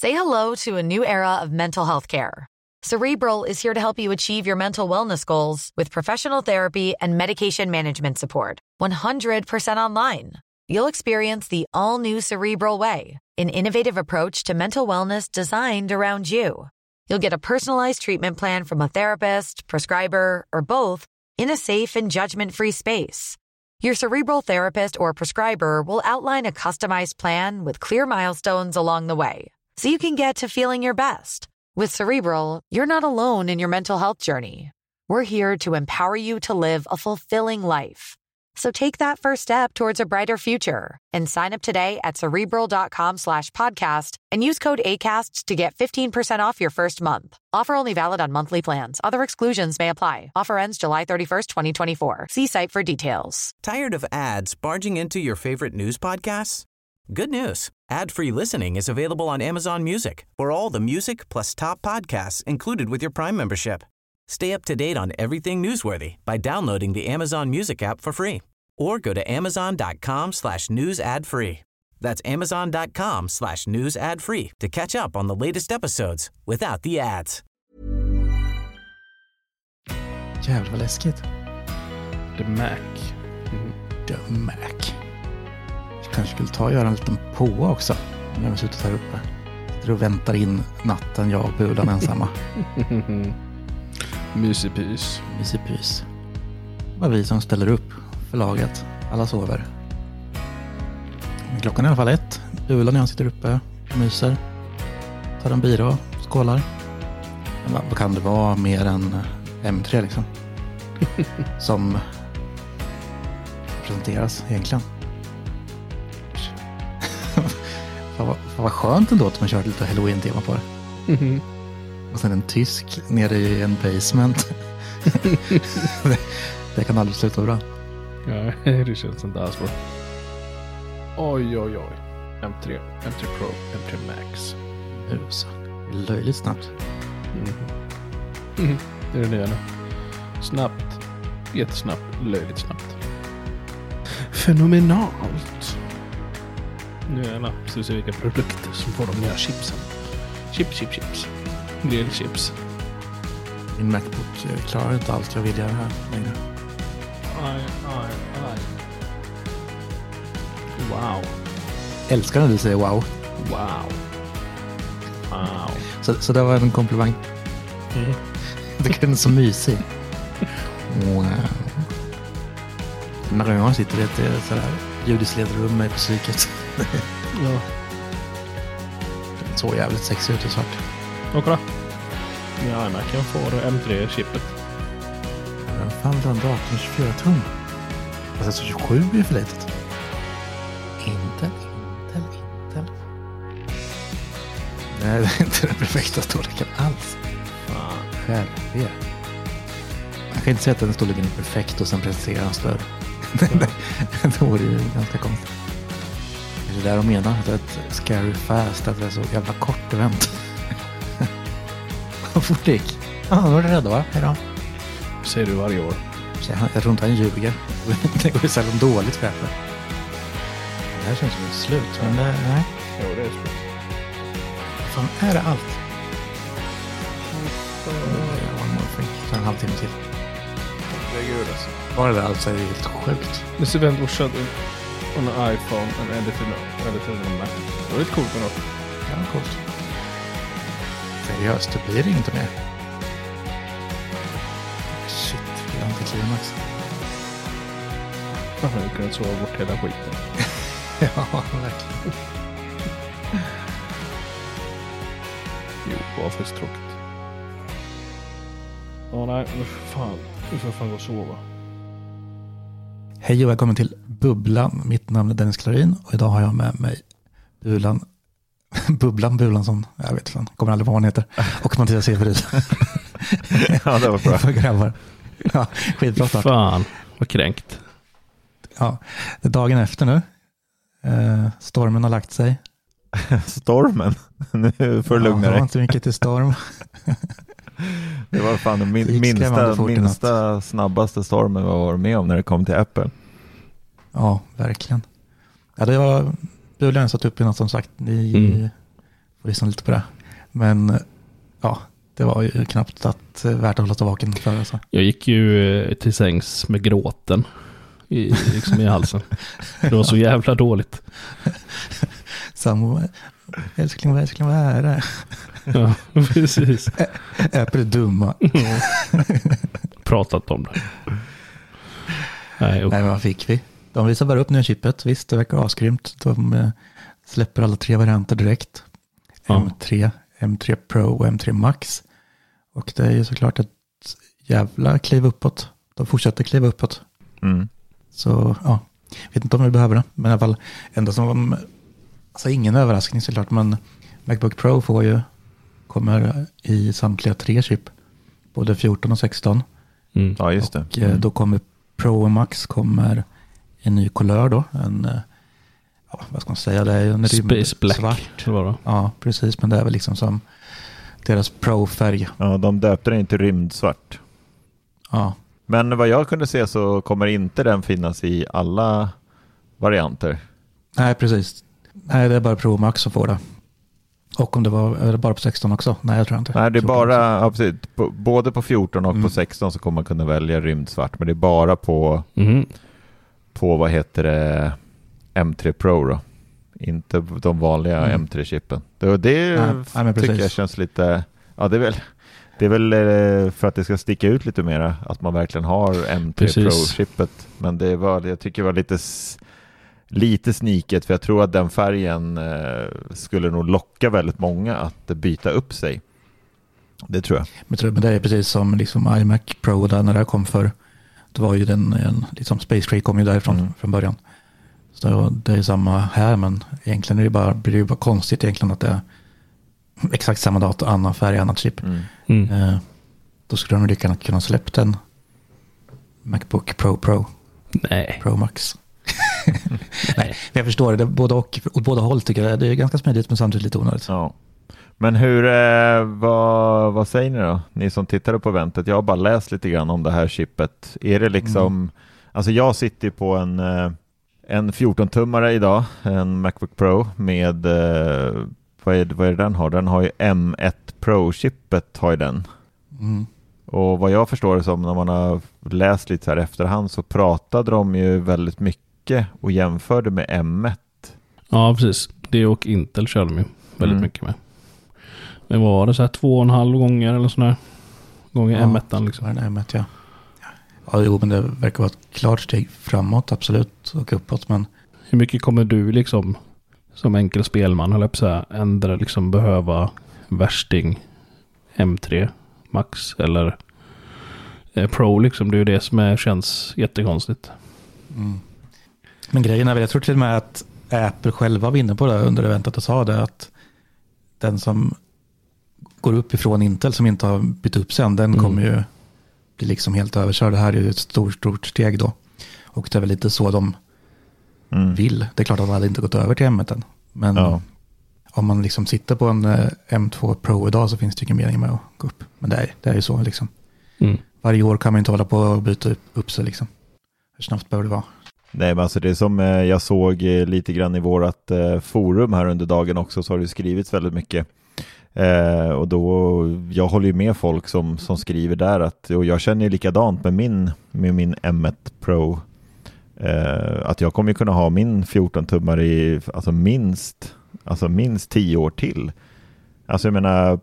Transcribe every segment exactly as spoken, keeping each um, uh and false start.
Say hello to a new era of mental health care. Cerebral is here to help you achieve your mental wellness goals with professional therapy and medication management support. one hundred percent online. You'll experience the all-new Cerebral Way, an innovative approach to mental wellness designed around you. You'll get a personalized treatment plan from a therapist, prescriber, or both in a safe and judgment-free space. Your Cerebral therapist or prescriber will outline a customized plan with clear milestones along the way, so you can get to feeling your best. With Cerebral, you're not alone in your mental health journey. We're here to empower you to live a fulfilling life. So take that first step towards a brighter future and sign up today at Cerebral.com slash podcast and use code ACAST to get fifteen percent off your first month. Offer only valid on monthly plans. Other exclusions may apply. Offer ends July thirty-first, twenty twenty-four. See site for details. Tired of ads barging into your favorite news podcasts? Good news. Ad-free listening is available on Amazon Music for all the music plus top podcasts included with your Prime membership. Stay up to date on everything newsworthy by downloading the Amazon Music app for free or go to amazon.com slash news ad free. That's amazon.com slash news ad free to catch up on the latest episodes without the ads. Jävlar vad läskigt. The Mac. Mm. The Mac. Jag kanske skulle ta och göra en liten påa också. När vi sitter här uppe. Sitter och väntar in natten, jag och Bulan ensamma. Mysepys. Mysepys. Det var vi som ställer upp för laget. Alla sover. Men klockan är i alla fall ett. Bulan och jag sitter uppe och myser. Tar en bira och skålar. Men vad kan det vara mer än M tre liksom? Som presenteras egentligen. Fan vad, fan vad skönt ändå att man kört lite Halloween-tema på det. Mm-hmm. Och sen en tysk nere i en basement. det, det kan aldrig sluta bra. Ja, det känns inte alls bra. Oj, oj, oj. M tre, M tre Pro, M tre Max. Nu så. Löjligt snabbt. Mm. Mm. Det är det nya nu. Snabbt. Jättesnabbt. Löjligt snabbt. Fenomenalt. Nu är alla precis vilka produkter som får de nya chipsen. Chips, chips, chips. Grillchips. Min MacBook klarar inte allt jag vill göra här längre. Aj, aj, aj. Wow. Älskar när du säger wow. Wow. Wow. Så, så det var en komplimang. Mm. Jag tycker den är så mysig. Wow. När jag sitter i ett sådär ljudisledrum med på psyket. Ja. Den såg jävligt sexig ut i svart. Och kolla. Ja, man kan få M tre-chippet. Men fan den datorn tjugofyra tum. Alltså tjugosju är för litet. Intel, Intel, Intel. Nej, det är inte den perfekta storleken alls. Fan. Själv er. Man kan inte säga att den storleken är perfekt och sen presentera en större. Det vore ju ganska konstigt. Det är det där de menar. Att det är ett scary fast. Att det är så jävla kort event. Vad fort det gick. Ja, då var det rädda va? Hejdå. Säger du varje år. Jag, jag tror inte han ljuger. Det går ju sällan dåligt för det. Det här känns som ett slut. Men det, nej. Jo, det är slut. Fan, är det allt? One more thing. Så en halvtimme till. Herregud alltså. Var det allt så är det helt sjukt. This event was shot on an iPhone and edited, edited on a Mac. Det var lite coolt med något. Ja, coolt. Seriöst, det blir det inte mer. Shit, det är antiklimax. Man hade kunnat sova bort hela skiten. Ja, verkligen. Jo, det var faktiskt tråkigt. Åh nej, men fan. Nu får jag fan gå och sova. Hej och välkommen till Bubblan. Mitt namn är Dennis Klarin och idag har jag med mig Bulan. Bubblan Bulansson. Jag vet fan, kommer aldrig på vad han heter. Och Mattias Severud. Ja, det var bra. För grabbar. Ja, skitbra start. Fan, vad kränkt. Ja, det är dagen efter nu. Eh, stormen har lagt sig. Stormen? Nu får du lugna dig. Ja, det var inte mycket till storm. Det var fan den min, minsta, minsta snabbaste stormen vi var med om när det kom till Apple. Ja, verkligen. Ja, det var Bulan satt upp i något som sagt. Ni mm. får lyssna lite på det. Men ja, det var ju knappt att värt att hålla sig vaken för. Alltså. Jag gick ju till sängs med gråten i, liksom i halsen. Det var så jävla dåligt. Samma, älskling, älskling, vad är det? Ja, precis. Ä- Äppel är dumma. Ja. Pratat om det. Nej, Nej, men vad fick vi? De visar bara upp nya chippet. Visst, det verkar asgrymt. De eh, släpper alla tre varianter direkt. Ja. M tre, M tre Pro och M tre Max. Och det är ju såklart ett jävla kliv uppåt. De fortsätter kliva uppåt. Mm. Så ja, vet inte om vi behöver det. Men i alla fall, ändå som, alltså ingen överraskning såklart. Men MacBook Pro får ju, kommer i samtliga tre chip. Både fjorton och sexton. Mm. Ja, just det. Och mm. då kommer Pro och Max kommer en ny kulör då. En, ja, vad ska man säga, det är ju en Space Black. Svart. Var det? Ja, precis. Men det är väl liksom som deras Pro-färg. Ja, de döpte den till rymdsvart. Ja. Men vad jag kunde se så kommer inte den finnas i alla varianter. Nej, precis. Nej, det är bara Pro och Max som får det. Och om det var är det bara på sexton också? Nej, jag tror inte. Nej, det är bara, ja, precis, på, både på fjorton och mm. på sexton så kommer man kunna välja rymdsvart. Men det är bara på, mm. på vad heter det, M tre Pro då. Inte de vanliga mm. M tre-chippen. Det, det nej, nej, tycker jag känns lite, ja det är väl, det är väl för att det ska sticka ut lite mer att man verkligen har M tre precis. Pro-chippet. Men det var, jag tycker det var lite... Lite sniket, för jag tror att den färgen eh, skulle nog locka väldigt många att byta upp sig. Det tror jag. Men det är precis som liksom iMac Pro där när det kom för. Det var ju den, en, liksom Space Gray kom ju därifrån mm. från början. Så det är samma här, men egentligen är det bara, blir det bara konstigt egentligen att det är exakt samma dator, annan färg, annat chip. Mm. Mm. Eh, då skulle de lika gärna kunna släppt en MacBook Pro Pro. Nej. Pro Max. Nej, jag förstår det. det både och åt båda håll tycker jag. Det är ganska smidigt men samtidigt lite onödigt. Ja. Men hur, eh, vad, vad säger ni då? Ni som tittade på eventet. Jag har bara läst lite grann om det här chippet. Är det liksom, mm. alltså jag sitter på en, en fjorton-tummare idag. En Macbook Pro med, eh, vad, är, vad är det den har? Den har ju M ett Pro-chippet har ju den. Mm. Och vad jag förstår det som när man har läst lite här efterhand så pratade de ju väldigt mycket och jämförde med M ett. Ja, precis. Det och Intel körde de ju väldigt mm. mycket med. Men var det så här två och en halv gånger eller sådär? Gånger ja, M ett liksom. Var det M ett, ja. Ja, jo, men det verkar vara ett klart steg framåt, absolut, och uppåt, men... Hur mycket kommer du liksom som enkel spelman, eller på så här, ändra liksom behöva värsting M tre Max eller eh, Pro liksom? Det är ju det som är, känns jättekonstigt. Mm. Men grejen är väl, jag tror till och med att Apple själva var inne på det under eventet och sa det, att den som går upp ifrån Intel som inte har bytt upp sen, den mm. kommer ju bli liksom helt överkörd. Det här är ju ett stort, stort steg då. Och det är väl lite så de mm. vill. Det är klart att de hade inte gått över till M ett än. Men ja. Om man liksom sitter på en M två Pro idag så finns det ingen mening med att gå upp. Men det är, det är ju så liksom. Mm. Varje år kan man inte hålla på och byta upp, upp sig liksom. Hur snabbt behöver det vara? Nej, men alltså det är som eh, jag såg eh, lite grann i vårat eh, forum här under dagen också, så har det skrivits väldigt mycket. Eh, och då, jag håller ju med folk som, som skriver där att, och jag känner ju likadant med min, med min M ett Pro, eh, att jag kommer ju kunna ha min fjorton-tummare i alltså minst, alltså minst tio år till. Alltså jag menar,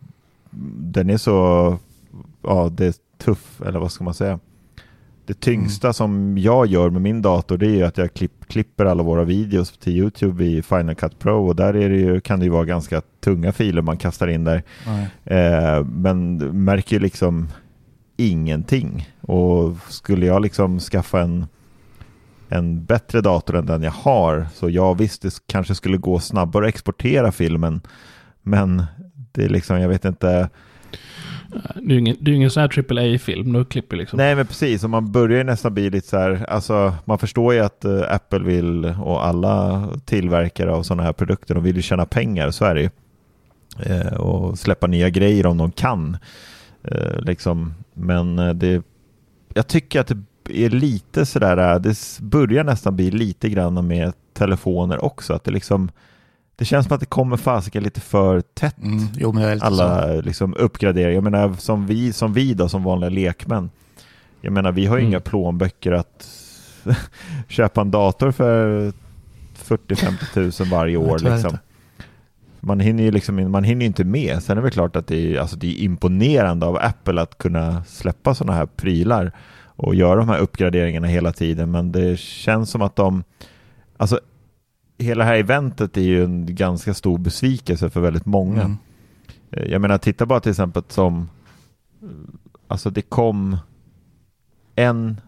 den är så, ja det är tuff, eller vad ska man säga? Det tyngsta mm. som jag gör med min dator, det är ju att jag klipp, klipper alla våra videos till YouTube i Final Cut Pro, och där är det ju, kan det ju vara ganska tunga filer man kastar in där. Eh, men märker ju liksom ingenting. Och skulle jag liksom skaffa en, en bättre dator än den jag har, så jag visst det kanske skulle gå snabbare att exportera filmen, men det är liksom, jag vet inte... Det är ju ingen, det är ingen sån här triple A-film, då klipper liksom. Nej, men precis, och man börjar ju nästan bli lite så här, alltså man förstår ju att uh, Apple vill, och alla tillverkare av sådana här produkter, de vill ju tjäna pengar, så är det ju. Uh, och släppa nya grejer om de kan. Uh, liksom. Men uh, det, jag tycker att det är lite sådär, uh, det börjar nästan bli lite grann med telefoner också, att det liksom, det känns som att det kommer fasiken lite för tätt. Mm, jo, men jag är lite alla så. liksom uppgraderingar. Jag menar som vi, som vi då, som vanliga lekmän. Jag menar vi har ju mm. inga plånböcker att köpa en dator för fyrtio till femtio tusen varje år liksom. Man hinner ju liksom, man hinner inte med. Sen är det väl klart att det är, alltså det är imponerande av Apple att kunna släppa sådana här prylar och göra de här uppgraderingarna hela tiden, men det känns som att de, alltså hela det här eventet är ju en ganska stor besvikelse för väldigt många. Mm. Jag menar, titta bara till exempel som, alltså det kom en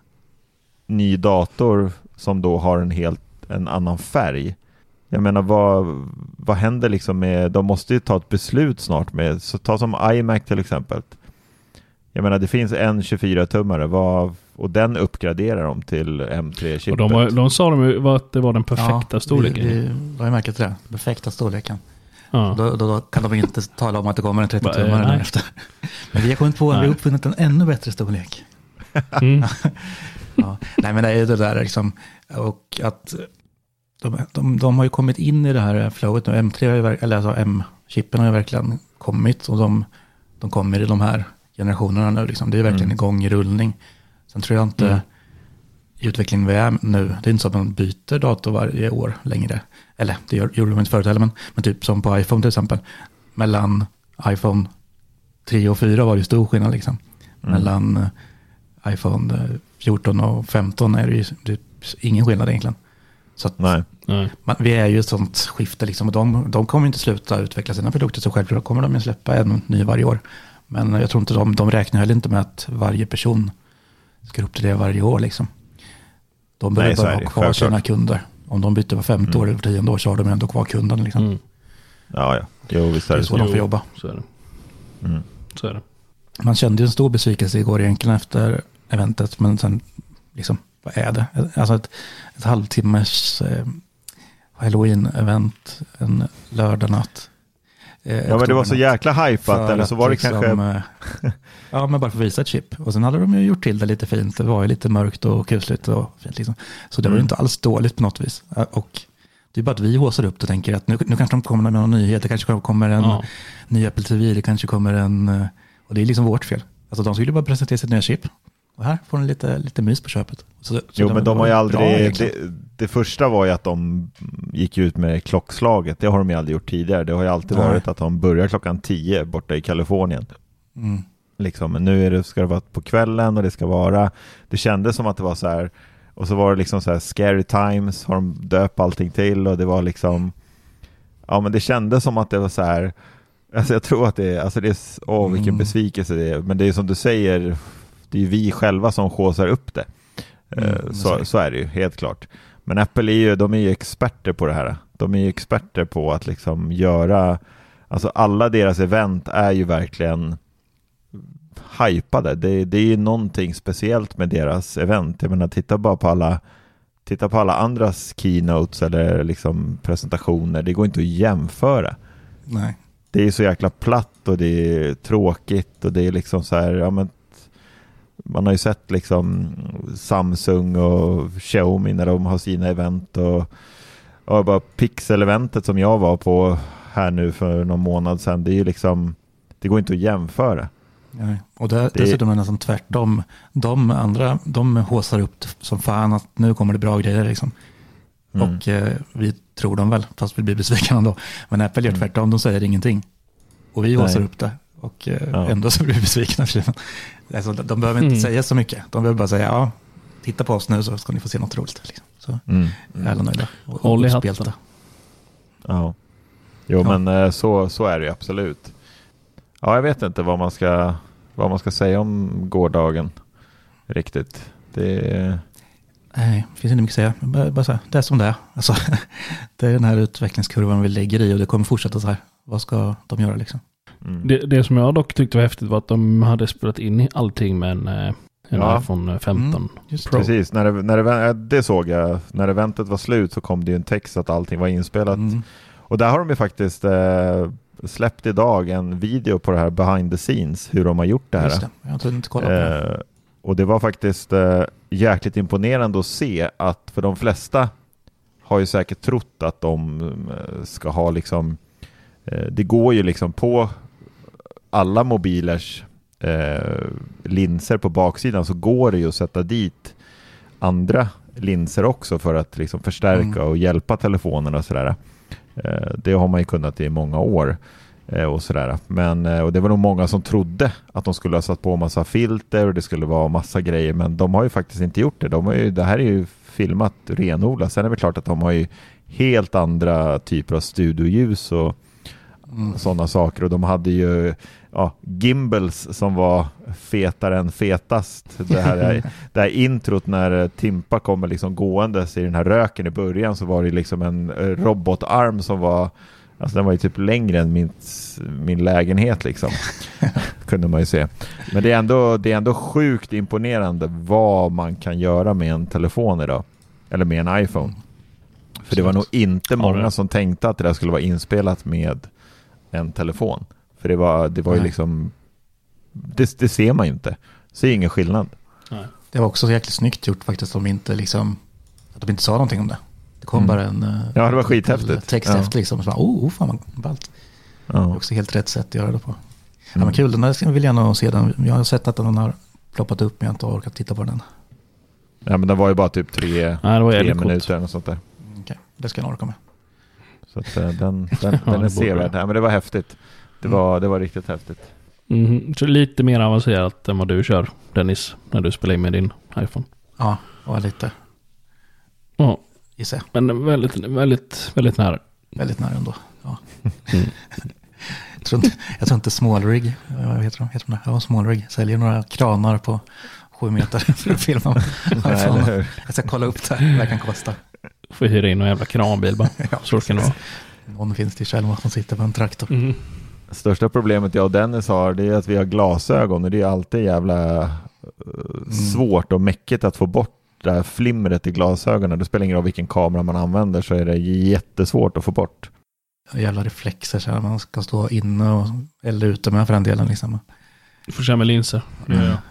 ny dator som då har en helt en annan färg. Jag menar, vad, vad händer liksom med, de måste ju ta ett beslut snart med, så ta som iMac till exempel. Jag menar, det finns en tjugofyra-tummare, vad, och den uppgraderar de till M tre-chippet. Och de, de sa de ju att det var den perfekta ja, storleken. Vi, vi, de har ju märkt det, perfekta storleken. Ja. Då, då, då kan de inte tala om att det kommer en trettio-tummare efter. Men vi har kommit på att vi har uppfunnit en ännu bättre storlek. Mm. Ja. Nej, men det är ju det där liksom, och att de, de, de har ju kommit in i det här flowet nu. M tre, eller alltså M-chippen har ju verkligen kommit, och de, de kommer i de här generationerna nu liksom. Det är verkligen mm. igång i rullning. Sen tror jag inte mm. i utvecklingen vi är nu, det är inte så att man byter dator varje år längre. Eller det gör, gjorde de inte förut heller, men, men typ som på iPhone till exempel. Mellan iPhone tre och fyra var det stor skillnad liksom. Mm. Mellan uh, iPhone fjorton och femton är det ju det är ingen skillnad egentligen. Så att Nej. Man, vi är ju ett sånt skifte liksom, och de, de kommer inte sluta utveckla sina produkter, så självklart kommer de att släppa en ny varje år. Men jag tror inte de, de räknar heller inte med att varje person ska upp till det varje år liksom. De behöver bara ha kvar självklart sina kunder. Om de byter var femte mm. år eller tionde år, så har de ändå kvar kunden liksom. Mm. Ja, ja. Jo, visst är det, det är så jo, de får jobba. Så är det. Mm. Så är det. Man kände ju en stor besvikelse igår egentligen efter eventet, men sen liksom, vad är det? Alltså ett, ett halvtimmes eh, Halloween-event en lördag-natt. Eh, ja, men det var så jäkla hypat, eller så var det liksom, kanske... Eh, ja, men bara för att visa ett chip. Och sen hade de ju gjort till det lite fint. Det var ju lite mörkt och kusligt och fint liksom. Så det mm. var ju inte alls dåligt på något vis. Och det är bara att vi håsar upp det och tänker att nu, nu kanske de kommer med någon nyhet. Det kanske kommer en ja. ny Apple T V. Det kanske kommer en... Och det är liksom vårt fel. Alltså de skulle bara presentera sitt nya chip. Och här får ni lite, lite mys på köpet. Så, så jo, de men de har ju aldrig... Bra, det, det första var ju att de gick ut med klockslaget. Det har de ju aldrig gjort tidigare. Det har ju alltid Nej. varit att de börjar klockan tio borta i Kalifornien. Mm. Liksom, men nu är det, ska det vara på kvällen och det ska vara... Det kändes som att det var så här... Och så var det liksom så här Scary Times har de döpt allting till, och det var liksom... Ja, men det kändes som att det var så här... Alltså jag tror att det är... Alltså det är... Åh, vilken mm. besvikelse det är. Men det är som du säger... Det är ju vi själva som skåsar upp det. Mm, så, så är det ju, helt klart. Men Apple är ju, de är ju experter på det här. De är ju experter på att liksom göra... Alltså alla deras event är ju verkligen hypade. Det, det är ju någonting speciellt med deras event. Jag menar, titta bara på alla... Titta på alla andras keynotes eller liksom presentationer. Det går inte att jämföra. Nej. Det är så jäkla platt och det är tråkigt och det är liksom så här... Ja, men man har ju sett liksom Samsung och Xiaomi när de har sina event, och, och bara Pixel-eventet som jag var på här nu för någon månad sedan, det är ju liksom, det går inte att jämföra. Nej. Och det, det dessutom är nästan tvärtom. De andra, de håsar upp som fan att nu kommer det bra grejer liksom. Mm. Och eh, vi tror dem väl, fast vi blir besvikna ändå. Men Apple gör mm. tvärtom, de säger ingenting. Och vi håsar Nej. upp det. Och eh, ja. ändå så blir vi besvikna. Alltså, de behöver inte mm. säga så mycket. De behöver bara säga, ja, titta på oss nu så ska ni få se något roligt. Liksom. Så mm. är alla nöjda. Och, Håll i hatten. Ja. Jo, ja. men så, så är det ju absolut. Ja, jag vet inte vad man ska, vad man ska säga om gårdagen riktigt. Det Nej, det finns inte mycket att säga. Bara, bara så här, det är som det är. Alltså, det är den här utvecklingskurvan vi lägger i, och det kommer fortsätta så här. Vad ska de göra liksom? Mm. Det, det som jag dock tyckte var häftigt var att de hade spelat in allting med en, en ja. iPhone femton mm, Pro. Precis, när det, när det, det såg jag. När eventet var slut så kom det ju en text att allting var inspelat. Mm. Och där har de ju faktiskt eh, släppt idag en video på det här behind the scenes, hur de har gjort det här. Just det. Jag tror inte kolla på det. Eh, och det var faktiskt eh, jäkligt imponerande att se att för de flesta har ju säkert trott att de ska ha liksom, det går ju liksom på alla mobilers eh, linser på baksidan, så går det ju att sätta dit andra linser också för att liksom förstärka mm. och hjälpa telefonerna och sådär. Eh, det har man ju kunnat i många år eh, och sådär. Men, eh, och det var nog många som trodde att de skulle ha satt på massa filter och det skulle vara massa grejer, men de har ju faktiskt inte gjort det. De har ju, det här är ju filmat renodlat. Sen är det klart att de har ju helt andra typer av studioljus och mm. sådana saker, och de hade ju ja, gimbals som var fetare än fetast. Det här, det här introt när Timpa kommer liksom gåendes i den här röken i början, så var det liksom en robotarm som var, alltså den var ju typ längre än min, min lägenhet liksom. Kunde man ju se. Men det är, ändå, det är ändå sjukt imponerande vad man kan göra med en telefon idag. Eller med en iPhone. För det var nog inte många som tänkte att det där skulle vara inspelat med en telefon. För det var, det var ju liksom, det, det ser man ju inte. Ser ingen skillnad. Nej. Det var också så jäkligt snyggt gjort faktiskt, de inte liksom, att de inte sa någonting om det. Det kom mm. bara en ja, det var skithäftigt. Text ja. efter liksom, så bara, oh, fan vad ballt. Ja. Det är också helt rätt sätt att göra det på. Ja, mm. men kul, den där vill jag nog se den. Jag har sett att den har ploppat upp, men jag har inte orkat titta på den. Ja, men den var ju bara typ tre, Nej, tre minuter och sånt där. Okej, okay. Det ska jag nog orka med. Så att den, den, den, ja, den är sevärd. Ja, men det var häftigt. Det var, det var riktigt häftigt. Mm, så lite mer avancerat än vad du kör, Dennis, när du spelar in med din iPhone. Ja, och lite. Ja, gissar jag. Men väldigt, väldigt, väldigt nära. Väldigt nära ändå, ja. Mm. jag, tror inte, jag tror inte Smallrig, vad heter de? Heter de ja, Smallrig säljer några kranar på sju meter för att filma. Nej, jag ska kolla upp det här, vad det kan kosta. Får hyra in någon jävla kranbil bara. Ja, så kan det vara. Någon finns det i Kjellman som sitter på en traktor. Mm. Största problemet jag och Dennis har, det är att vi har glasögon, och det är alltid jävla uh, mm. svårt och mäckigt att få bort det här flimret i glasögonen. Det spelar ingen roll vilken kamera man använder, så är det jättesvårt att få bort. Jävla reflexer så här, man ska stå inne och, eller ute med för den delen liksom. Du får köra med linser. Mm. Ja,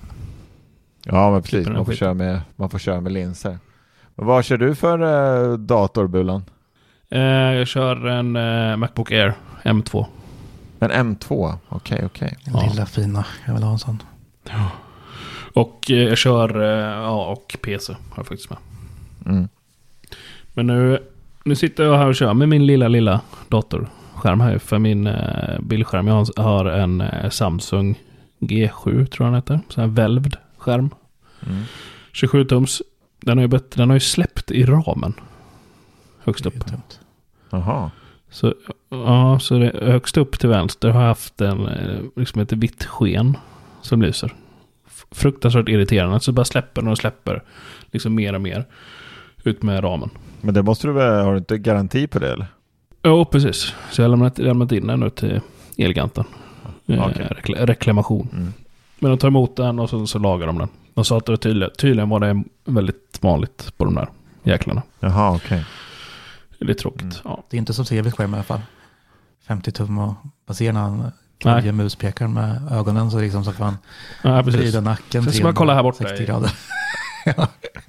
ja, men precis. Man får, köra med, man får köra med linser. Men vad kör du för uh, dator, Bulan? Uh, jag kör en uh, Macbook Air M två. En M två? Okej, okay, okej. Okay. Den lilla ja. fina. Jag vill ha en sån. Ja. Och uh, jag kör uh, ja, och P C har jag faktiskt med. Mm. Men nu, nu sitter jag här och kör med min lilla, lilla datorskärm här. För min uh, bildskärm. Jag har en uh, Samsung G sju, tror jag den heter. Så här välvd skärm. Mm. tjugosju tums. Den har ju, bett, den har ju släppt i ramen. Högst upp. Jaha. Så, ja, så det, högst upp till vänster har jag haft en liksom ett vitt sken som lyser. Fruktansvärt irriterande. Så bara släpper den och släpper liksom mer och mer ut med ramen. Men det måste du väl, har du inte garanti på det eller? Ja, precis. Så jag har lämnat, lämnat in den nu till Elgiganten. Okay. Rekl- reklamation. Mm. Men de tar emot den och så, så lagar de den. De sa att det tydligen, tydligen var det väldigt vanligt på de där jäklarna. Jaha, okej. Okay. Det är lite tråkigt. Mm. Ja. Det är inte så trevligt skärm i alla fall. femtio tum och passerar han följer muspekaren med ögonen så liksom så fan ja, vrida nacken. Så ska man kolla här borta. sextio grader. Ja.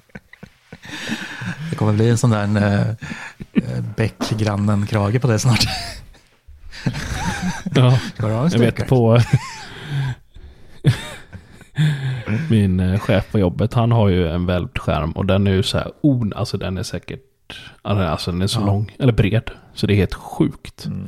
Det kommer bli en sån där en, äh, bäckgrannen krage på det snart. Ja, jag vet på min eh, chef på jobbet, han har ju en välvd skärm och den är ju så här on, alltså den är säkert alltså den är så ja. lång eller bred så det är helt sjukt. Mm.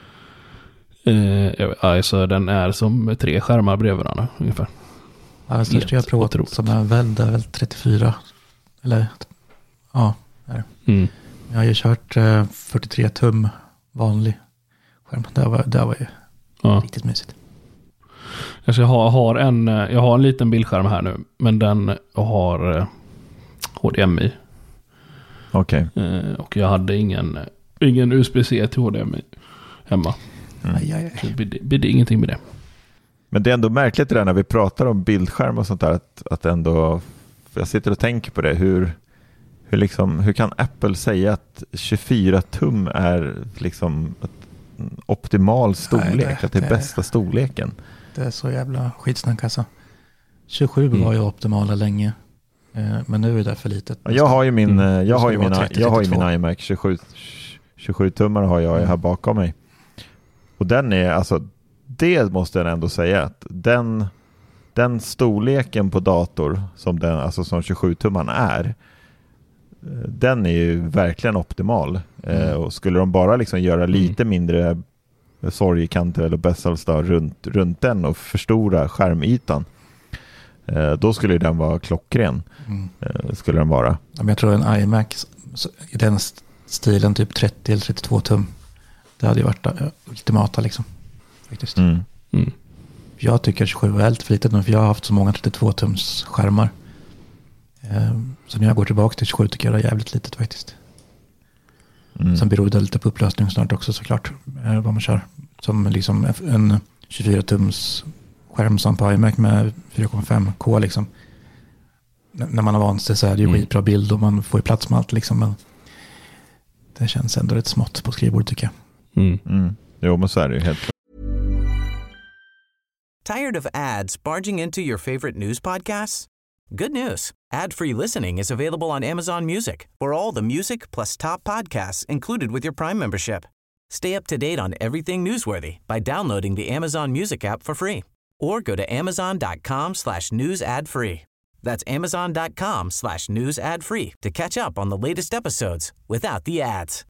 Eh, alltså den är som tre skärmar bredvid varandra ungefär. Ja, den största jag har provat otroligt. Som är välvd är väl trettiofyra eller ja, är det. Mm. Jag har ju kört eh, fyrtiotre tum vanlig skärm. Det var, det var ju ja. riktigt mysigt. Alltså jag har, har en jag har en liten bildskärm här nu, men den har eh, H D M I. Okej. Okay. Eh, och jag hade ingen ingen U S B-C till H D M I hemma. Mm. Aj, aj, aj. Så det blir det ingenting med det. Men det är ändå märkligt det där när vi pratar om bildskärm och sånt där att, att ändå jag sitter och tänker på det hur hur liksom hur kan Apple säga att tjugofyra tum är liksom ett optimal storlek, nej, det, att det är det, bästa storleken. Det är så jävla skitsnack alltså. tjugosju mm. var ju optimala länge. Eh, men nu är det för litet. Jag har ju min, mm. jag har ju mina, jag har ju min iMac tjugosju tummar har jag mm. här bakom mig. Och den är, alltså, det måste jag ändå säga att den, den storleken på dator som den, alltså som tjugosju tumman är, den är ju verkligen optimal. Mm. Eh, och skulle de bara liksom göra lite mm. mindre sorgkanter eller bezels då, runt, runt den och förstora skärmytan, eh, då skulle den vara klockren. Mm. Eh, skulle den vara. Ja, men jag tror en iMac i den stilen, typ trettio eller trettiotvå tum, det hade ju varit uh, ultimata liksom. Faktiskt. Mm. Mm. Jag tycker tjugosju är lite för litet nu, för jag har haft så många trettiotvå tums skärmar. Eh, så när jag går tillbaka till tjugosju tycker jag det är jävligt litet faktiskt. Mm. Sen beror det lite på upplösning snart också såklart, eh, vad man kör. Som liksom en tjugofyra tums skärm som på iMac med fyra komma fem K liksom. N- när man har vant sig så är det ju mm. skitbra bild och man får ju plats med allt liksom. Men det känns ändå rätt smått på skrivbord tycker jag. Mm. Mm. Jo, men så är det ju helt klart. Tired of ads barging into your favorite news podcasts? Good news. Ad-free listening is available on Amazon Music for all the music plus top podcasts included with your Prime membership. Stay up to date on everything newsworthy by downloading the Amazon Music app for free or go to amazon.com slash news ad free. That's amazon.com slash news ad free to catch up on the latest episodes without the ads.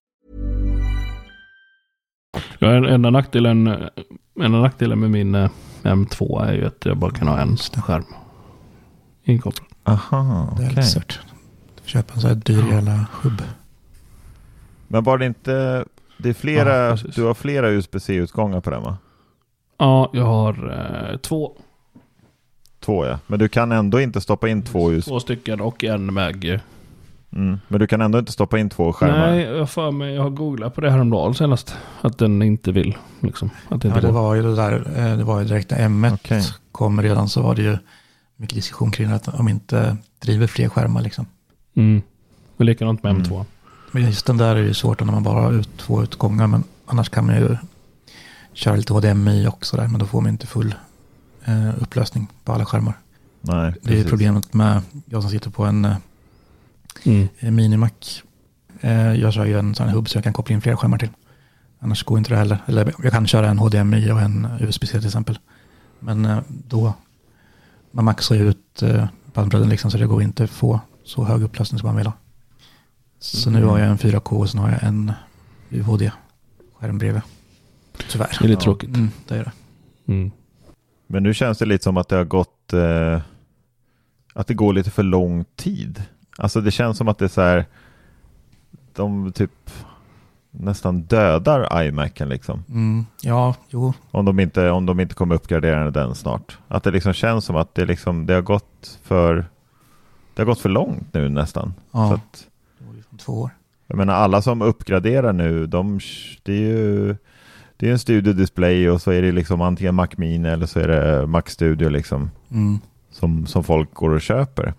Ja, en, enda nackdelen, enda nackdelen med min eh, M två är ju att jag bara kan ha en skärm inkopplad. Aha, okej. Det är lite sört. Du får köpa en sån här dyr jävla hubb. Men var det inte, det är flera, ja, du har flera U S B C-utgångar på den, va? Ja, jag har eh, två. Två, ja. Men du kan ändå inte stoppa in två U S B. Två stycken och en Mag. Mm. Men du kan ändå inte stoppa in två skärmar. Nej, jag för mig, jag har googlat på det häromdagen senast. Att den inte vill. Liksom. Att det, ja, inte det var ju det där, det var ju direkt när M ett okay. kom redan, så var det ju mycket diskussion kring att de inte driver fler skärmar liksom. Mm. Och likadant med mm. M två. Men just den där är ju svårt när man bara har ut två utgångar, men annars kan man ju köra lite H D M I också där, men då får man inte full eh, upplösning på alla skärmar. Nej, det är ju problemet med jag som sitter på en mm. eh, Minimac. Eh, jag kör ju en sån här hubb så jag kan koppla in flera skärmar till. Annars går inte det heller. Eller jag kan köra en H D M I och en U S B C till exempel. Men eh, då man maxar ju ut eh, bandbredden liksom, så det går inte att få så hög upplösning som man vill ha. Så mm. nu har jag en fyra K och sen har jag en U H D-skärm bredvid. Tyvärr. Det är lite ja. tråkigt. Mm, det är det. Mm. Men nu känns det lite som att det har gått eh, att det går lite för lång tid. Alltså det känns som att det är så här, de typ nästan dödar iMacen liksom. Mm, ja, jo. Om de inte om de inte kommer uppgradera den snart. Att det liksom känns som att det liksom det har gått för det har gått för långt nu nästan. Ja. Så att, det var ju från två år. Jag menar alla som uppgraderar nu, de det är ju det är en Studio Display och så är det liksom antingen Mac Mini eller så är det Mac Studio liksom. Mm. Som som folk går och köper.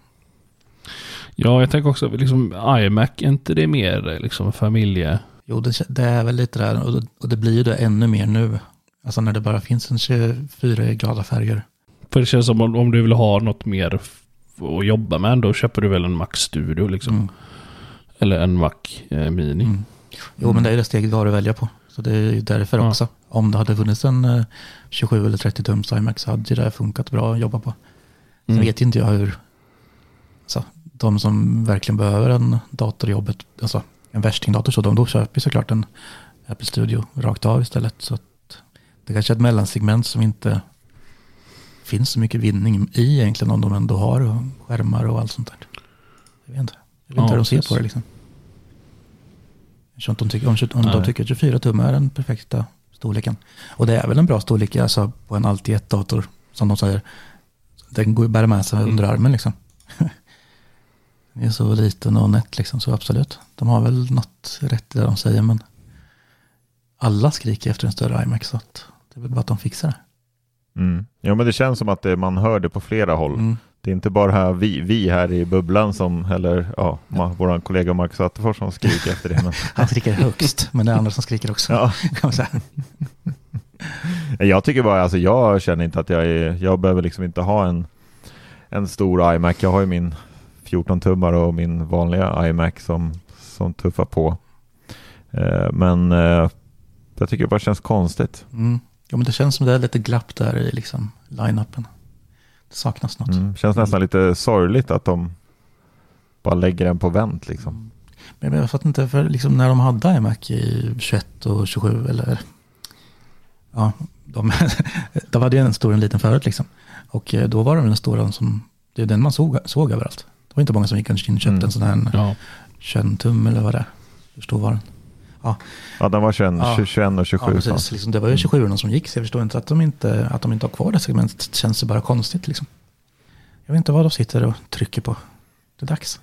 Ja, jag tänker också liksom iMac, inte det mer liksom familje. Jo, det, det är väl lite där, och det, och det blir ju det ännu mer nu. Alltså när det bara finns en tjugofyra glada färger. För det känns som om, om du vill ha något mer att jobba med, då köper du väl en Mac Studio liksom. Mm. Eller en Mac eh, Mini. Mm. Jo, men det är det steget vi har att välja på. Så det är därför ja. också. Om det hade funnits en eh, tjugosju eller trettio tums iMac så hade det funkat bra att jobba på. Sen mm. vet inte jag hur alltså, de som verkligen behöver en datorjobbet, alltså en värstingdator, så de då köper såklart en Apple Studio rakt av istället. Så att det kanske är ett mellansegment som inte finns så mycket vinning i egentligen, om de ändå har och skärmar och allt sånt där. Jag vet inte. Jag vet inte ja, hur de ser precis. på det liksom. Jag de tycker, om om de tycker att tjugofyra tum är den perfekta storleken. Och det är väl en bra storlek alltså, på en allt i ett dator, som de säger. Den går ju bara med sig mm. under armen liksom. Det är så liten och nätt liksom, så absolut. De har väl något rätt i det de säger, men alla skriker efter en större iMac, så att det är väl bara att de fixar det. Mm. Ja, men det känns som att det, man hör det på flera håll. Mm. Det är inte bara vi, vi här i bubblan som, eller ja, ja. vår kollega Marcus Attefors som skriker efter det. Men... Han skriker högst, men det är andra som skriker också. Ja. Kan man säga. Jag tycker bara, alltså jag känner inte att jag är, jag behöver liksom inte ha en, en stor iMac. Jag har ju min fjorton-tummar och min vanliga iMac som, som tuffar på. Eh, men eh, jag tycker det bara känns konstigt. Mm. Ja, men det känns som det är lite glapp där i liksom line-upen. Det saknas något. Mm. Känns nästan lite sorgligt att de bara lägger den på vänt liksom. Mm. Men jag fattar inte, för liksom när de hade iMac i tjugoett och tjugosju eller ja, de, de hade ju en stor och en liten förut liksom. Och då var de den stora som, det är den man såg, såg överallt. Det var inte många som gick och köpte mm. en sån här ja. tjugoett tum eller vad det är. Hur stor var den? Ja, ja den var tjugoett, ja. tjugoett och tjugosju. Ja, precis. Liksom, det var ju tjugosju som gick, så jag förstår inte att de inte, att de inte har kvar det segmentet. Det känns bara konstigt liksom. Jag vet inte vad de sitter och trycker på. Det är dags.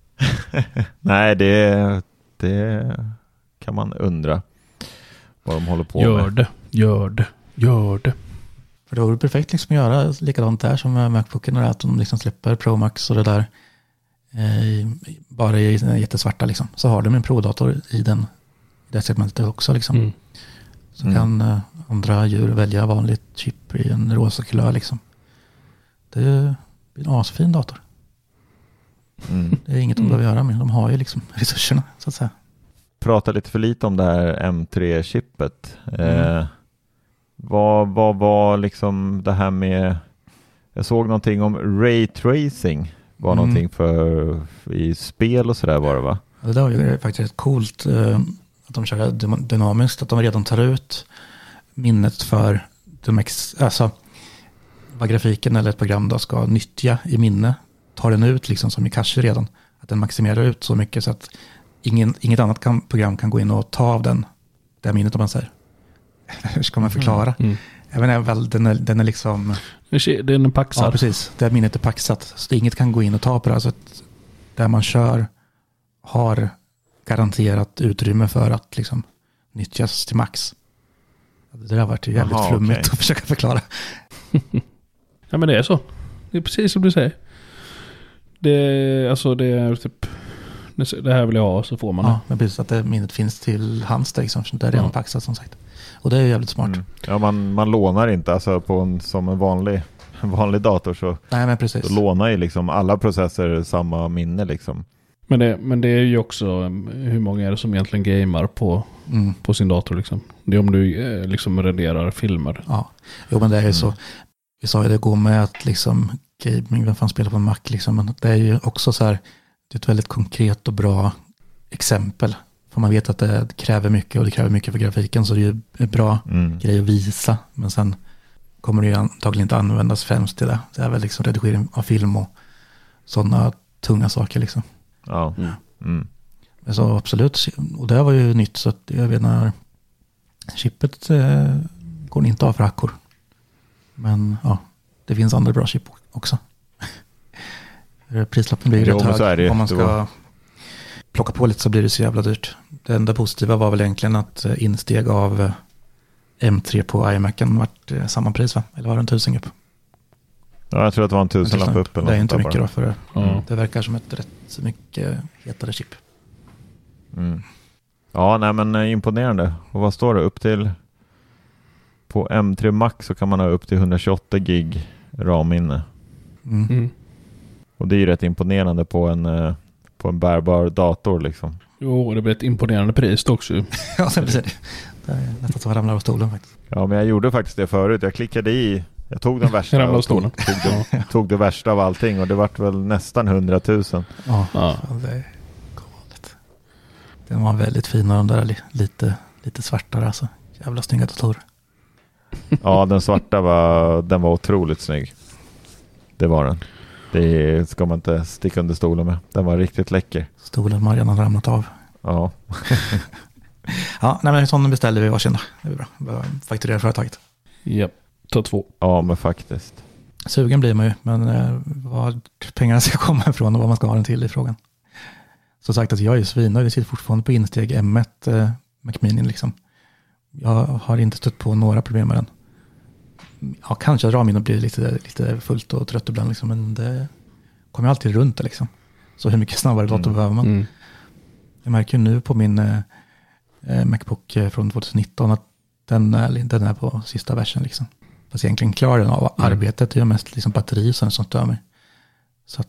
Nej, det, det kan man undra vad de håller på gör med. Gör det, gör det, gör det. För det vore perfekt liksom att göra likadant där som med MacBooken, att de liksom släpper Pro Max och det där eh, bara i den jättesvarta liksom. Så har de en Pro-dator i den i det segmentet också liksom. Mm. Så mm. kan eh, andra djur välja vanligt chip i en rosa kulör liksom. Det blir en asfin dator. Mm. Det är inget de mm. behöver göra med. De har ju liksom resurserna så att säga. Prata lite för lite om det här M tre-chippet. Mm. Eh, vad, vad var liksom det här med, jag såg någonting om ray tracing var mm. någonting för i spel och sådär var det va? Ja, det där var ju faktiskt rätt coolt eh, att de kör dynamiskt, att de redan tar ut minnet för de ex, alltså vad grafiken eller ett program då ska nyttja i minne, tar den ut liksom som i cache redan, att den maximerar ut så mycket så att ingen, inget annat kan, program kan gå in och ta av den det minnet om man säger. Hur ska man förklara? Mm. Mm. Även är väl, den, är, den är liksom... Den är paxad. Ja, precis. Det minnet är paxat. Så inget kan gå in och ta på det. Så att där man kör har garanterat utrymme för att liksom nyttjas till max. Det där har varit jävligt Aha, flummigt okay. att försöka förklara. Ja, men det är så. Det är precis som du säger. Det, alltså det är typ... Det här vill jag ha, så får man ja, det. Ja, men precis att det minnet finns till hands där liksom. Det är redan ja. paxat som sagt. Och det är jävligt smart. Mm. Ja, man, man lånar inte alltså på en, som en vanlig, en vanlig dator så, Nej, men precis. så lånar ju liksom alla processer samma minne liksom. Men det, men det är ju också hur många är det som egentligen gamar på, mm. på sin dator liksom. Det är om du eh, liksom renderar filmer. Ja, jo men det är ju mm. så. Vi sa ju det går med att liksom gaming, vem fan spelar på en Mac liksom. Men det är ju också så här, det är ett väldigt konkret och bra exempel. För man vet att det kräver mycket och det kräver mycket för grafiken, så det är ju en bra mm. grej att visa. Men sen kommer det ju antagligen inte användas främst till det. Det är väl liksom redigering av film och sådana tunga saker liksom. Ja. Mm. Mm. Men så absolut, och det var ju nytt, så att jag vet när chippet eh, går inte av för hackor. Men ja, det finns andra bra chip också. Prislappen blir jo, rätt hög. Det, om man ska var... plocka på lite så blir det så jävla dyrt. Det enda positiva var väl egentligen att insteg av M tre på iMacen vart samma pris va? Eller var det en tusen upp? Ja, jag tror att det var en tusenlapp upp. Eller det är inte mycket bara. Då för det. Mm. Det verkar som ett rätt så mycket hetare chip. Mm. Ja, nej men imponerande. Och vad står det? Upp till på M tre Max så kan man ha upp till etthundratjugoåtta gig RAM-minne. Mm. Mm. Och det är ju rätt imponerande på en, på en bärbar dator liksom. Jo, det blir ett imponerande pris också. Ja, det är det. är nästan så jag ramlar av stolen faktiskt. Ja, men jag gjorde faktiskt det förut. Jag klickade i, jag tog den värsta. Ramlade av stolen. Tog, tog, det, tog det värsta av allting och det vart väl nästan hundratusen. Ja, ja. Det är galet. Den var väldigt fin och de där lite, lite svartare alltså. Jävla snygga datorer. Ja, den svarta var, den var otroligt snygg. Det var den. Det ska man inte sticka under stolen med. Den var riktigt läcker. Stolen har redan ramlat av. Ja. Ja, nej men sådana beställde vi varsin. Det är bra. Fakturera företaget. Japp, ta två. Ja, men faktiskt. Sugen blir man ju, men eh, vad pengarna ska komma ifrån och vad man ska ha den till i frågan. Så sagt att jag är svinöjd. Jag sitter fortfarande på insteg M ett eh, Mac Mini liksom. Jag har inte stött på några problem med den. Ja, kanske att ramminnet blir lite, lite fullt och trött ibland liksom, men det kommer alltid runt det liksom. Så hur mycket snabbare dator mm. behöver man? Mm. Jag märker ju nu på min eh, Macbook från tjugonitton att den är, den är på sista versen liksom. Fast egentligen klarar den av mm. arbetet. Det är mest liksom batteri som stör mig. Så att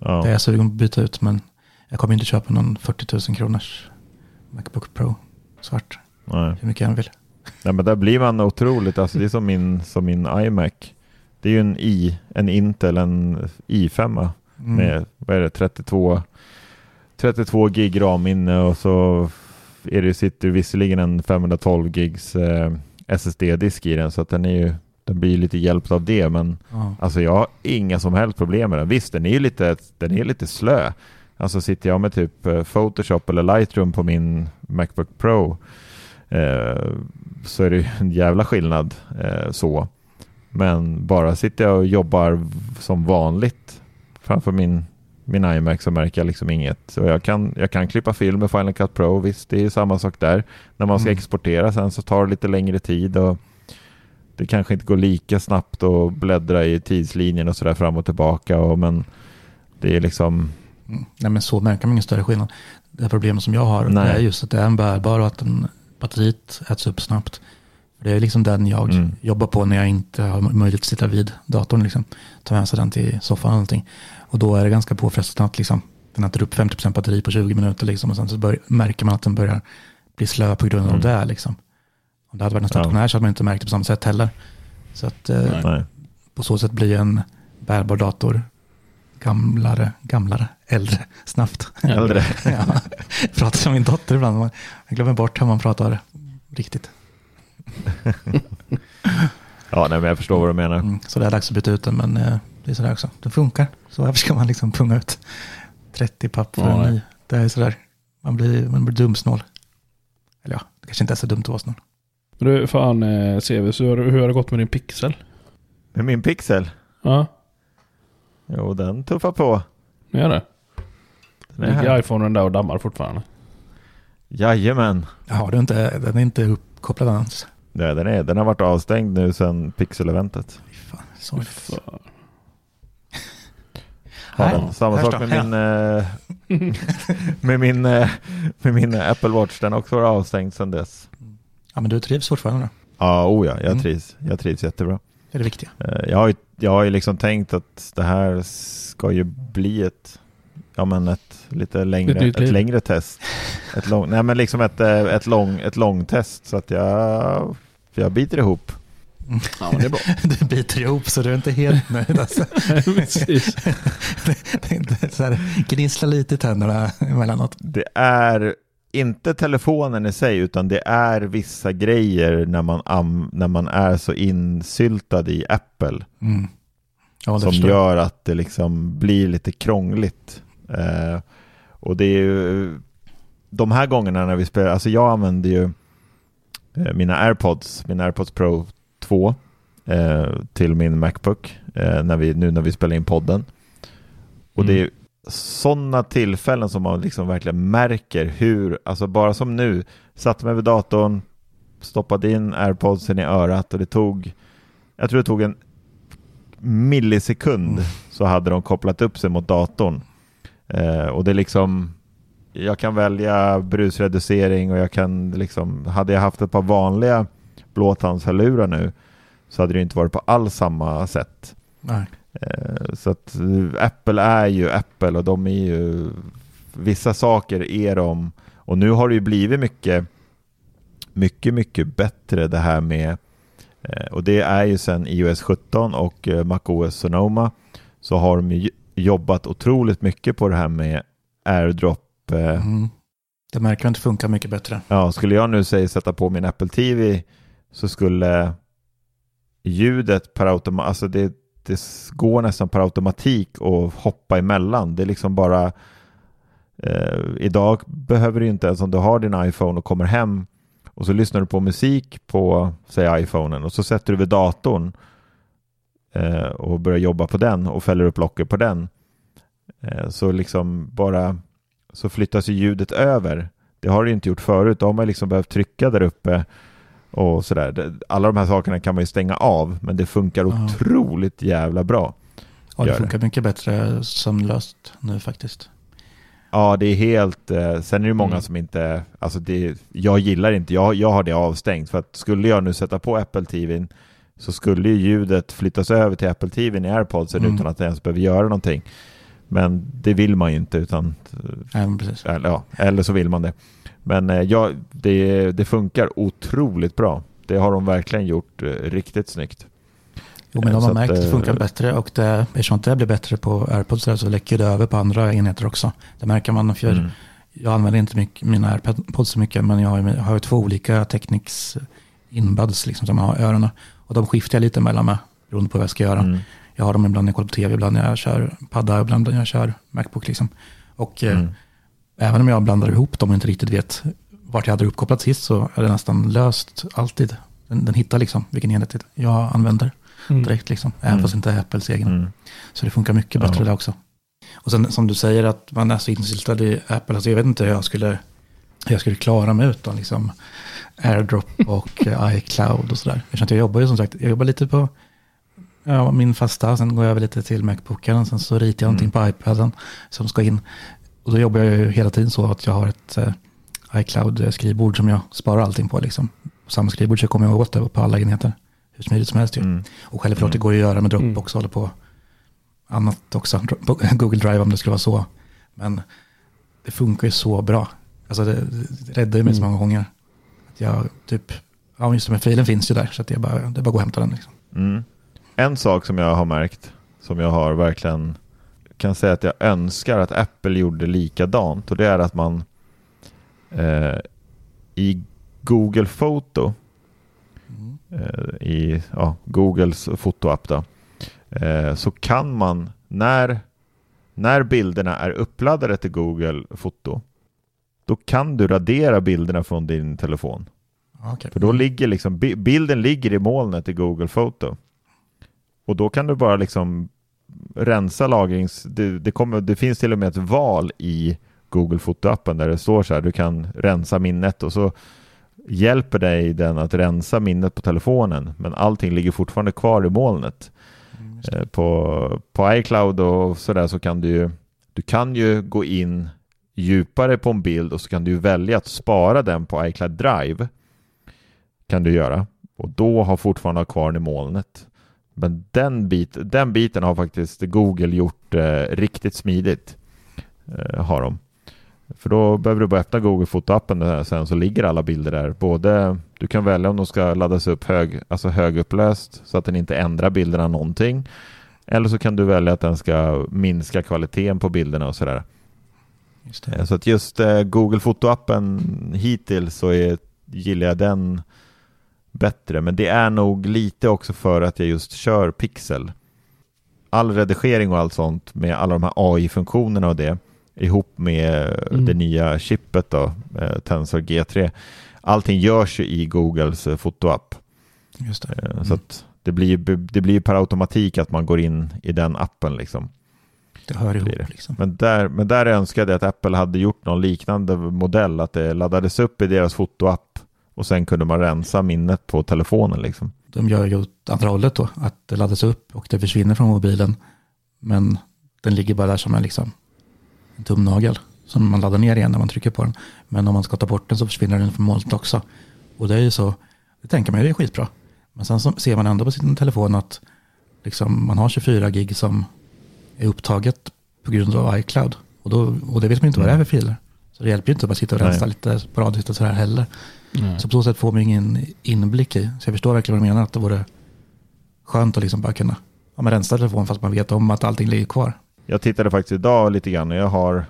Ja. Det är jag sugen på att byta ut, men jag kommer inte köpa någon fyrtio tusen kronors MacBook Pro svart. Nej. Hur mycket jag än vill. Nej, men där blir man otroligt, alltså det är som min, som min iMac. Det är ju en i, en Intel, en i fem mm. med, vad är det, trettiotvå, trettiotvå gig RAM-minne och så är det, sitter visserligen en femhundratolv gigs eh, S S D-disk i den, så att den är ju, den blir lite hjälpt av det, men ja. Alltså jag har inga som helst problem med den. Visst, den är ju lite, den är lite slö. Alltså sitter jag med typ Photoshop eller Lightroom på min MacBook Pro eh, så är det en jävla skillnad eh, så. Men bara sitter jag och jobbar som vanligt framför min, min iMac så märker jag liksom inget. Så jag kan, jag kan klippa film med Final Cut Pro, visst det är samma sak där. När man ska mm. exportera sen så tar det lite längre tid och det kanske inte går lika snabbt att bläddra i tidslinjen och sådär fram och tillbaka. Och, men det är liksom... Mm. Nej, men så märker man ingen större skillnad. Det problemet som jag har Nej. är just att det är en bärbar och att den, batteriet äts upp snabbt. Det är liksom den jag mm. jobbar på när jag inte har möjlighet att sitta vid datorn. Liksom. Ta med sig den till soffan eller någonting. Och då är det ganska påfrestande att liksom, den äter upp femtio procent batteri på tjugo minuter. Liksom, och sen så bör, märker man att den börjar bli slö på grund av mm. det. Liksom. Om det hade varit en stationär ja. så hade man inte märkt det på samma sätt heller. Så att eh, på så sätt blir en bärbar dator gamlare, gamlare, äldre, snabbt. Äldre. ja, jag pratar som min dotter ibland. Jag glömmer bort hur man pratar riktigt. ja, nej, men jag förstår vad du menar. Mm, så det är dags att byta ut den, men eh, det är sådär också. Det funkar. Så varför ska man liksom punga ut trettio papp för ja, en ny? Det är sådär. Man blir, man blir dumsnål. Eller ja, det kanske inte är så dumt att vara snål. Du, fan, eh, C V, så hur, hur har det gått med din Pixel? Med min Pixel? Ja. Jo, den tuffar på. Gör det? Den är Ligger iPhonen där och dammar fortfarande? Jajamän. Ja, det är inte, den är inte uppkopplad ens. Nej, den, är, den har varit avstängd nu sedan Pixel-eventet. Fan, så fan. Ja, den, samma sak med min, äh, med min äh, med min Apple Watch. Den har också varit avstängd sedan dess. Ja, men du trivs fortfarande då? Ja, oh ja, jag mm. trivs. Jag trivs jättebra. Det är det viktiga. Jag har ju, jag har ju liksom tänkt att det här ska ju bli ett ja men ett lite längre ett, ett längre test. Ett lång, nej men liksom ett ett lång ett lång test så att jag jag biter ihop. Ja, men det är bra. Du biter ihop så du är inte helt nöjd alltså. Precis. det, det är inte så här gnissla lite i tänderna emellanåt. Det är inte telefonen i sig utan det är vissa grejer när man am, när man är så insyltad i Apple mm. ja, som förstår. Gör att det liksom blir lite krångligt. Eh, och det är ju de här gångerna när vi spelar, alltså jag använder ju eh, mina AirPods, mina AirPods Pro två eh, till min MacBook eh, när vi, nu när vi spelar in podden. Och mm. det är sådana tillfällen som man liksom verkligen märker hur, alltså bara som nu, satte mig vid datorn, stoppade in AirPodsen i örat och det tog, jag tror det tog en millisekund mm. så hade de kopplat upp sig mot datorn. Eh, och det är liksom, jag kan välja brusreducering och jag kan liksom, hade jag haft ett par vanliga blåtandshörlurar nu så hade det inte varit på alls samma sätt. Nej. Så att Apple är ju Apple och de är ju vissa saker är de och nu har det ju blivit mycket mycket mycket bättre det här med och det är ju sen i O S sjutton och macOS Sonoma så har de ju jobbat otroligt mycket på det här med AirDrop. Mm. Det märker inte funkar mycket bättre. Ja, skulle jag nu säga sätta på min Apple T V så skulle ljudet per automatik, alltså det det går nästan per automatik och hoppa emellan. Det är liksom bara eh, idag behöver du inte ens om du har din iPhone och kommer hem och så lyssnar du på musik på säg iPhonen och så sätter du vid datorn eh, och börjar jobba på den och fäller upp locket på den. Eh, så liksom bara så flyttas ju ljudet över. Det har du inte gjort förut. Då har man liksom behövt trycka där uppe och sådär. Alla de här sakerna kan man ju stänga av men det funkar ja. otroligt jävla bra. Ja, det funkar det. mycket bättre sömnlöst nu faktiskt. Ja, det är helt eh, sen är det många mm. som inte alltså det, jag gillar inte, jag, jag har det avstängt för att skulle jag nu sätta på Apple T V:n så skulle ju ljudet flyttas över till Apple T V:n i AirPodsen mm. utan att jag ens behöver göra någonting. Men det vill man ju inte utan Ja, precis. Eller, ja, eller så vill man det. Men eh, ja, det, det funkar otroligt bra. Det har de verkligen gjort eh, riktigt snyggt. Jo, men de Så har att, märkt att det funkar eh, bättre och det, eftersom det blir bättre på AirPods där, så läcker det över på andra enheter också. Det märker man, för Mm. jag använder inte mycket, mina AirPods så mycket, men jag har, jag har två olika Technics inbuds liksom, som jag har i öronen. Och de skiftar jag lite mellan med, beroende på vad jag ska göra. Mm. Jag har dem ibland när jag kollar på tv, ibland när jag kör padda, ibland när jag kör Macbook. Liksom. Och eh, Mm. även om jag blandar ihop dem och inte riktigt vet vart jag hade uppkopplat sist, så är det nästan löst alltid. Den, den hittar liksom vilken enhet jag använder Mm. direkt, liksom, även Mm. fast inte är Apples egen. Mm. Så det funkar mycket bättre Ja. där också. Och sen som du säger att man är så insyltad i Apple, alltså jag vet inte hur jag skulle, hur jag skulle klara mig utan liksom AirDrop och eh, iCloud och sådär. Eftersom att jag jobbar ju som sagt, jag jobbar lite på ja, min fasta, sen går jag över lite till Macbooken och sen så ritar jag Mm. någonting på iPaden som ska in. Och då jobbar jag ju hela tiden så att jag har ett eh, iCloud-skrivbord som jag sparar allting på. Liksom. På samma skrivbord så kommer jag åt det på alla enheter. Hur smidigt som helst ju. Mm. Och självklart det går ju att göra med Dropbox och hålla på annat också. På Google Drive om det skulle vara så. Men det funkar ju så bra. Alltså det, det räddar ju mig så många gånger. Att jag typ, ja just det, men filen finns ju där så att jag bara, det är bara att gå och hämta den. Liksom. Mm. En sak som jag har märkt, som jag har verkligen kan säga att jag önskar att Apple gjorde likadant, och det är att man eh, i Google Foto Mm. eh, i ja, Googles fotoapp då, eh, så kan man när, när bilderna är uppladdade till Google Foto, då kan du radera bilderna från din telefon. Okay. För då ligger liksom, bilden ligger i molnet i Google Foto. Och då kan du bara liksom rensa lagrings... Det, det, kommer, det finns till och med ett val i Google Foto-appen där det står så här, du kan rensa minnet, och så hjälper dig den att rensa minnet på telefonen, men allting ligger fortfarande kvar i molnet. Mm, eh, på, på iCloud och sådär så kan du ju, du kan ju gå in djupare på en bild och så kan du välja att spara den på iCloud Drive. Kan du göra. Och då har fortfarande kvar den i molnet. Men den, bit, den biten har faktiskt Google gjort eh, riktigt smidigt. Eh, har de. För då behöver du bara öppna Google Foto-appen sen, så ligger alla bilder där. Både, du kan välja om de ska laddas upp hög, alltså högupplöst så att den inte ändrar bilderna någonting. Eller så kan du välja att den ska minska kvaliteten på bilderna och sådär. Just det. Så att just eh, Google Foto-appen hittills så är, gillar jag den bättre. Men det är nog lite också för att jag just kör Pixel. All redigering och allt sånt med alla de här A I-funktionerna och det ihop med Mm. det nya chippet då, eh, Tensor G tre. Allting görs ju i Googles eh, fotoapp. Just det. Eh, Mm. Så att det blir, det blir per automatik att man går in i den appen liksom. Det hör ihop blir det. liksom. Men där, men där önskade jag att Apple hade gjort någon liknande modell, att det laddades upp i deras fotoapp och sen kunde man rensa minnet på telefonen liksom. De gör ju åt andra hållet då, att det laddas upp och det försvinner från mobilen, men den ligger bara där som en, liksom, en tumnagel som man laddar ner igen när man trycker på den. Men om man ska ta bort den så försvinner den från molnet också. Och det är ju så, det tänker man ju, det är skitbra. Men sen så ser man ändå på sin telefon att liksom, man har tjugofyra gig som är upptaget på grund av iCloud. Och, då, och det vet man inte vad det är för filer. Så det hjälper ju inte att bara sitta och rensa Nej. lite sporadiskt och sådär heller. Mm. Så på så sätt får man ingen inblick i. Så jag förstår verkligen vad du menar, att det vore skönt att liksom bara kunna ja, men rensa telefonen fast man vet om att allting ligger kvar. Jag tittade faktiskt idag lite grann och jag har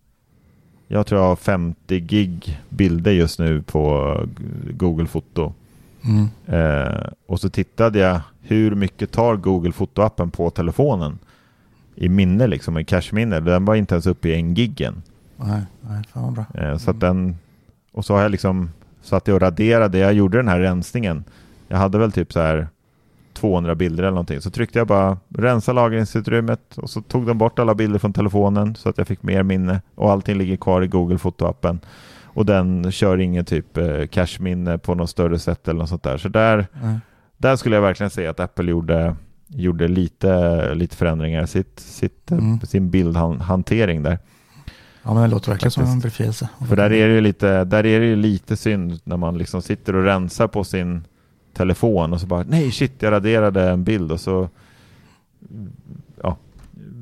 jag tror jag har femtio gig bilder just nu på Google Foto. Mm. Eh, och så tittade jag hur mycket tar Google Foto-appen på telefonen i minne liksom, i cache-minne. Den var inte ens uppe i en giggen. Nej, nej, fan vad bra. Eh, så att den, och så har jag liksom satt jag och raderade, jag gjorde den här rensningen. Jag hade väl typ så här tvåhundra bilder eller någonting. Så tryckte jag bara rensa lagringsutrymmet och så tog den bort alla bilder från telefonen så att jag fick mer minne och allting ligger kvar i Google Foto-appen. Och den kör ingen typ eh, cache-minne på något större sätt eller något sånt där. Så där, Nej. där skulle jag verkligen säga att Apple gjorde, gjorde lite, lite förändringar i sitt, sitt, Mm. sin bildhantering där. Ja, men det låter verkligen som Faktiskt. en befrielse. För där är det ju lite, där är det ju lite synd när man liksom sitter och rensar på sin telefon och så bara, nej shit, jag raderade en bild och så ja,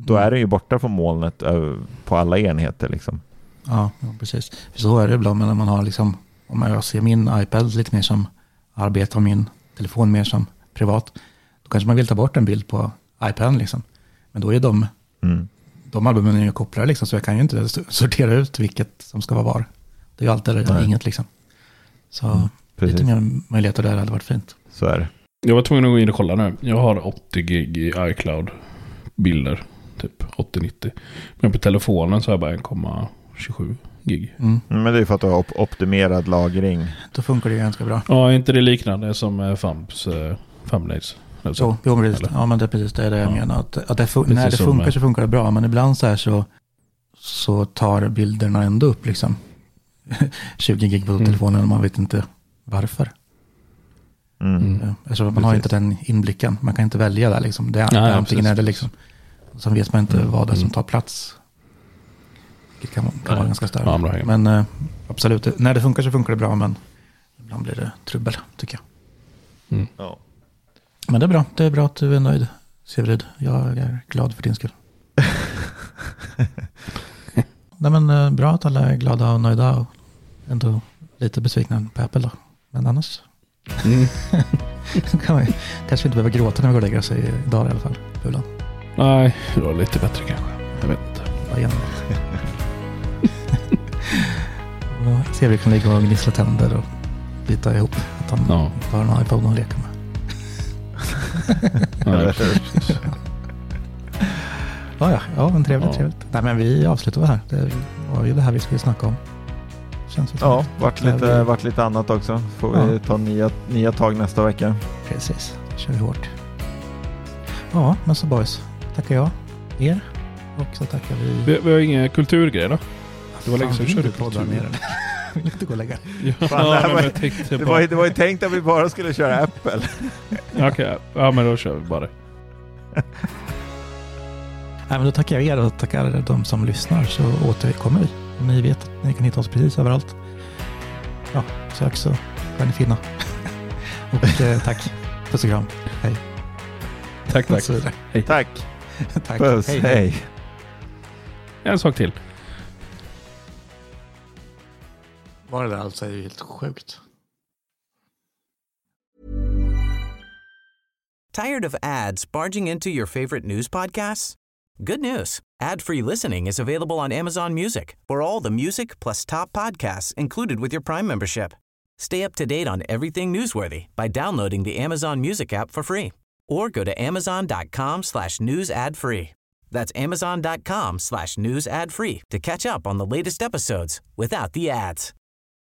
då är det ju borta från molnet på alla enheter liksom. Ja, ja, precis. För så är det ibland när man har liksom, om jag ser min iPad lite mer som arbete och min telefon mer som privat, då kanske man vill ta bort en bild på iPaden liksom. Men då är de, mm. de albumen är ju kopplade liksom, så jag kan ju inte sortera ut vilket som ska vara var. Det är ju alltid eller inget liksom. Så mm, lite mer möjligheter där hade varit fint. Så är det. Jag var tvungen att gå in och kolla nu. Jag har åttio gig i iCloud-bilder. Typ åttio nittio. Men på telefonen så har jag bara en komma tjugosju gig. Mm. Men det är för att du har op- optimerad lagring. Då funkar det ganska bra. Ja, är inte det liknande som eh, Famps eh, Famblades? Så, jo, precis. Ja, men det är precis det, är det jag ja. menar. Att, att det fun- när det funkar så funkar det bra. Men ibland så här så, så tar bilderna ändå upp liksom tjugo gig på mm. telefonen och man vet inte varför. Mm. Ja, alltså man precis. har inte den inblicken. Man kan inte välja där liksom. Det är, ja, ja, antingen är det liksom. Så vet man inte mm. vad det är som tar plats. Det kan, kan vara ganska större. Ja, men äh, absolut, när det funkar så funkar det bra, men ibland blir det trubbel, tycker jag. Mm. Ja. Men det är bra, det är bra att du är nöjd, Severid. Jag är glad för din skull. Nej, men äh, bra att alla är glada och nöjda och ändå lite besvikna på Apple då. Men annars mm. kan man, kanske inte behöver gråta när vi går och lägger oss idag i alla fall. Pulan. Nej, det var lite bättre kanske. Jag vet inte. Ja, igen. Ser vi kan ligga och gnissla tänder och bita ihop att han ja. har en iPhone att leka med. ja, ja, ja, ja, men trevligt, ja. trevligt. Nej, men vi avslutar här. Det var ju det här vi skulle snacka om. Känns det ja, vart lite, vi... vart lite annat också. Får ja. vi ta nya, nya tag nästa vecka. Precis, kör vi hårt. Ja, men så boys. Tackar jag er. Och så tackar vi... Vi, vi har inga kulturgrejer då? Det var länge sedan vi körde kultur. Vill inte gå och lägga. Ja, Fan, det, ja, var, det, det, var, det var ju tänkt att vi bara skulle köra Apple. Okej, okay. Ja men då kör vi bara. Nej, men då tackar jag er och tackar de som lyssnar, så återkommer vi. Ni vet att ni kan hitta oss precis överallt. Ja, sök så kan ni finna. Och eh, tack. Puss och kram. Hej. Tack, tack. Hej. Tack. Tack. Puss, hej. hej. En sak till. Var det där alltså är ju helt sjukt. Tired of ads barging into your favorite news podcasts? Good news. Ad-free listening is available on Amazon Music for all the music plus top podcasts included with your Prime membership. Stay up to date on everything newsworthy by downloading the Amazon Music app for free or go to amazon.com slash news ad free. That's amazon.com slash news ad free to catch up on the latest episodes without the ads.